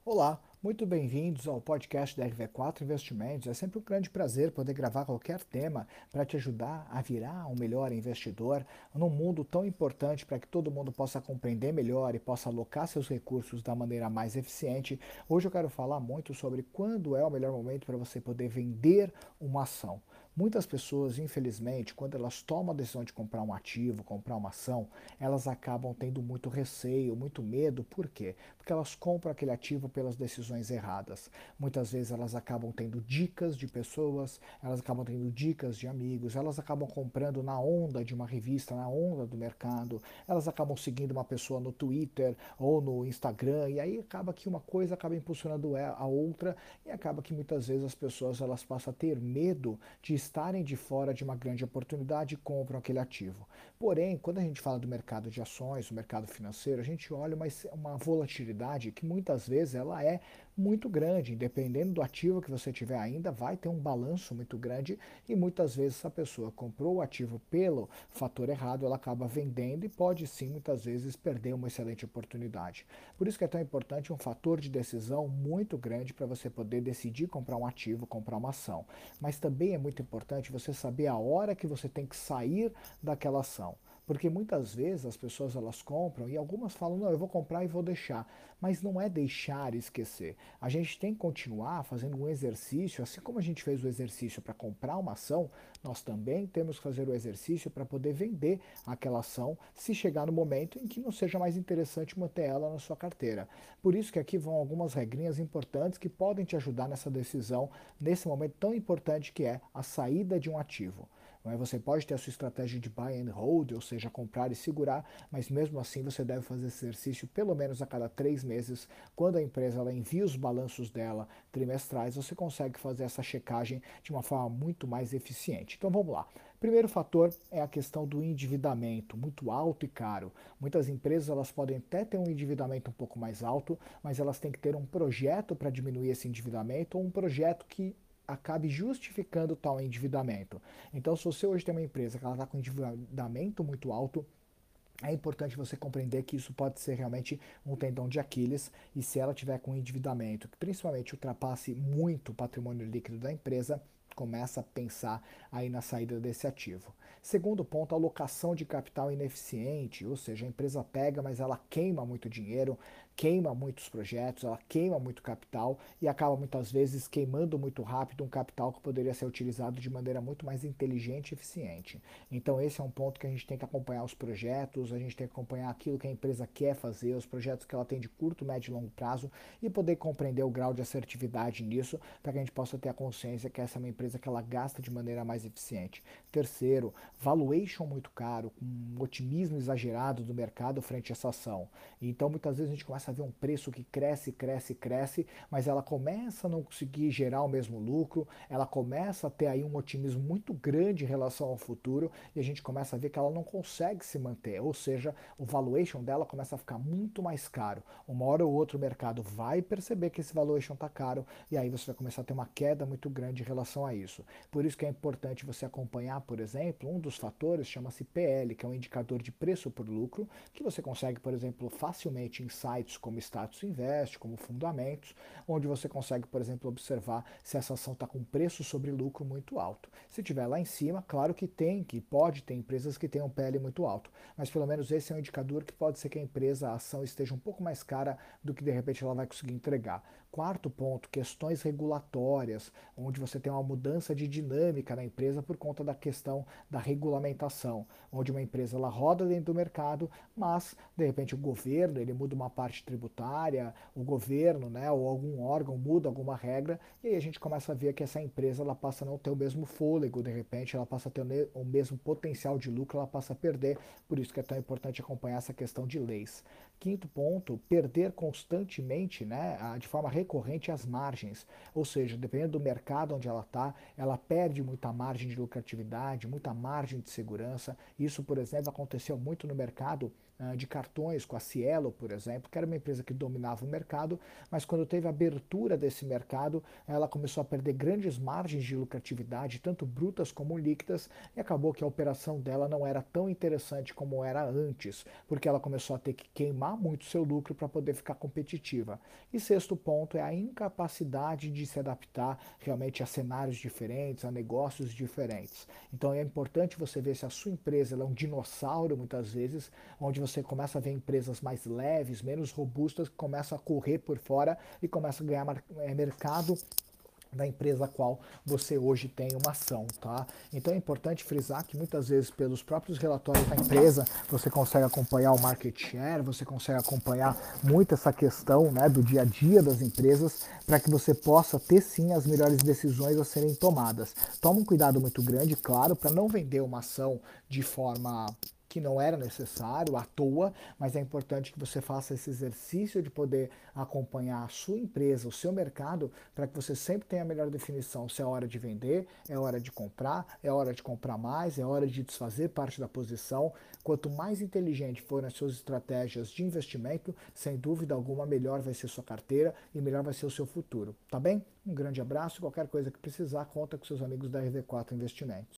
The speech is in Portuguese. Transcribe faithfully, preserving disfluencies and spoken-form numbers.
Olá, muito bem-vindos ao podcast da R V quatro Investimentos. É sempre um grande prazer poder gravar qualquer tema para te ajudar a virar um melhor investidor num mundo tão importante para que todo mundo possa compreender melhor e possa alocar seus recursos da maneira mais eficiente. Hoje eu quero falar muito sobre quando é o melhor momento para você poder vender uma ação. Muitas pessoas, infelizmente, quando elas tomam a decisão de comprar um ativo, comprar uma ação, elas acabam tendo muito receio, muito medo. Por quê? Porque elas compram aquele ativo pelas decisões erradas. Muitas vezes elas acabam tendo dicas de pessoas, elas acabam tendo dicas de amigos, elas acabam comprando na onda de uma revista, na onda do mercado, elas acabam seguindo uma pessoa no Twitter ou no Instagram, e aí acaba que uma coisa acaba impulsionando a outra, e acaba que muitas vezes as pessoas elas passam a ter medo de estarem de fora de uma grande oportunidade e compram aquele ativo. Porém, quando a gente fala do mercado de ações, do mercado financeiro, a gente olha uma, uma volatilidade que muitas vezes ela é muito grande, dependendo do ativo que você tiver ainda, vai ter um balanço muito grande e muitas vezes essa pessoa comprou o ativo pelo fator errado, ela acaba vendendo e pode sim muitas vezes perder uma excelente oportunidade. Por isso que é tão importante um fator de decisão muito grande para você poder decidir comprar um ativo, comprar uma ação. Mas também é muito importante você saber a hora que você tem que sair daquela ação. Porque muitas vezes as pessoas elas compram e algumas falam, não, eu vou comprar e vou deixar. Mas não é deixar e esquecer. A gente tem que continuar fazendo um exercício, assim como a gente fez o exercício para comprar uma ação, nós também temos que fazer o exercício para poder vender aquela ação se chegar no momento em que não seja mais interessante manter ela na sua carteira. Por isso que aqui vão algumas regrinhas importantes que podem te ajudar nessa decisão, nesse momento tão importante que é a saída de um ativo. Você pode ter a sua estratégia de buy and hold, ou seja, comprar e segurar, mas mesmo assim você deve fazer esse exercício pelo menos a cada três meses. Quando a empresa ela envia os balanços dela trimestrais, você consegue fazer essa checagem de uma forma muito mais eficiente. Então vamos lá. Primeiro fator é a questão do endividamento, muito alto e caro. Muitas empresas elas podem até ter um endividamento um pouco mais alto, mas elas têm que ter um projeto para diminuir esse endividamento ou um projeto que acabe justificando tal endividamento. Então, se você hoje tem uma empresa que ela está com endividamento muito alto, é importante você compreender que isso pode ser realmente um tendão de Aquiles e se ela tiver com endividamento que principalmente ultrapasse muito o patrimônio líquido da empresa, começa a pensar aí na saída desse ativo. Segundo ponto, alocação de capital ineficiente, ou seja, a empresa pega, mas ela queima muito dinheiro, queima muitos projetos, ela queima muito capital e acaba muitas vezes queimando muito rápido um capital que poderia ser utilizado de maneira muito mais inteligente e eficiente. Então esse é um ponto que a gente tem que acompanhar os projetos, a gente tem que acompanhar aquilo que a empresa quer fazer, os projetos que ela tem de curto, médio e longo prazo e poder compreender o grau de assertividade nisso para que a gente possa ter a consciência que essa é uma empresa que ela gasta de maneira mais eficiente. Terceiro, valuation muito caro, com um otimismo exagerado do mercado frente a essa ação. Então muitas vezes a gente começa a ver um preço que cresce, cresce, cresce, mas ela começa a não conseguir gerar o mesmo lucro, ela começa a ter aí um otimismo muito grande em relação ao futuro e a gente começa a ver que ela não consegue se manter, ou seja, o valuation dela começa a ficar muito mais caro. Uma hora ou outra o mercado vai perceber que esse valuation está caro e aí você vai começar a ter uma queda muito grande em relação a isso. Por isso que é importante você acompanhar, por exemplo, um dos fatores chama-se P L, que é um indicador de preço por lucro, que você consegue, por exemplo, facilmente em sites como Status Invest, como Fundamentos, onde você consegue, por exemplo, observar se essa ação está com preço sobre lucro muito alto. Se tiver lá em cima, claro que tem, que pode ter empresas que tenham P L muito alto, mas pelo menos esse é um indicador que pode ser que a empresa, a ação esteja um pouco mais cara do que de repente ela vai conseguir entregar. Quarto ponto, questões regulatórias, onde você tem uma mudança de dinâmica na empresa por conta da questão da regulamentação, onde uma empresa ela roda dentro do mercado, mas de repente o governo ele muda uma parte tributária, o governo, né, ou algum órgão muda alguma regra e aí a gente começa a ver que essa empresa ela passa a não ter o mesmo fôlego, de repente ela passa a ter o mesmo potencial de lucro, ela passa a perder, por isso que é tão importante acompanhar essa questão de leis. Quinto ponto, perder constantemente, né, de forma recorrente as margens, ou seja, dependendo do mercado onde ela está, ela perde muita margem de lucratividade, muita margem de segurança. Isso, por exemplo, aconteceu muito no mercado de cartões com a Cielo, por exemplo, que era uma empresa que dominava o mercado, mas quando teve a abertura desse mercado, ela começou a perder grandes margens de lucratividade, tanto brutas como líquidas, e acabou que a operação dela não era tão interessante como era antes, porque ela começou a ter que queimar muito seu lucro para poder ficar competitiva. E sexto ponto é a incapacidade de se adaptar realmente a cenários diferentes, a negócios diferentes. Então é importante você ver se a sua empresa ela é um dinossauro, muitas vezes, onde você começa a ver empresas mais leves, menos robustas, que começam a correr por fora e começam a ganhar mercado da empresa a qual você hoje tem uma ação, tá? Então é importante frisar que muitas vezes pelos próprios relatórios da empresa você consegue acompanhar o market share, você consegue acompanhar muito essa questão, né, do dia a dia das empresas para que você possa ter sim as melhores decisões a serem tomadas. Toma um cuidado muito grande, claro, para não vender uma ação de forma que não era necessário, à toa, mas é importante que você faça esse exercício de poder acompanhar a sua empresa, o seu mercado, para que você sempre tenha a melhor definição se é hora de vender, é hora de comprar, é hora de comprar mais, é hora de desfazer parte da posição. Quanto mais inteligente forem as suas estratégias de investimento, sem dúvida alguma, melhor vai ser sua carteira e melhor vai ser o seu futuro, tá bem? Um grande abraço, qualquer coisa que precisar, conta com seus amigos da R V quatro Investimentos.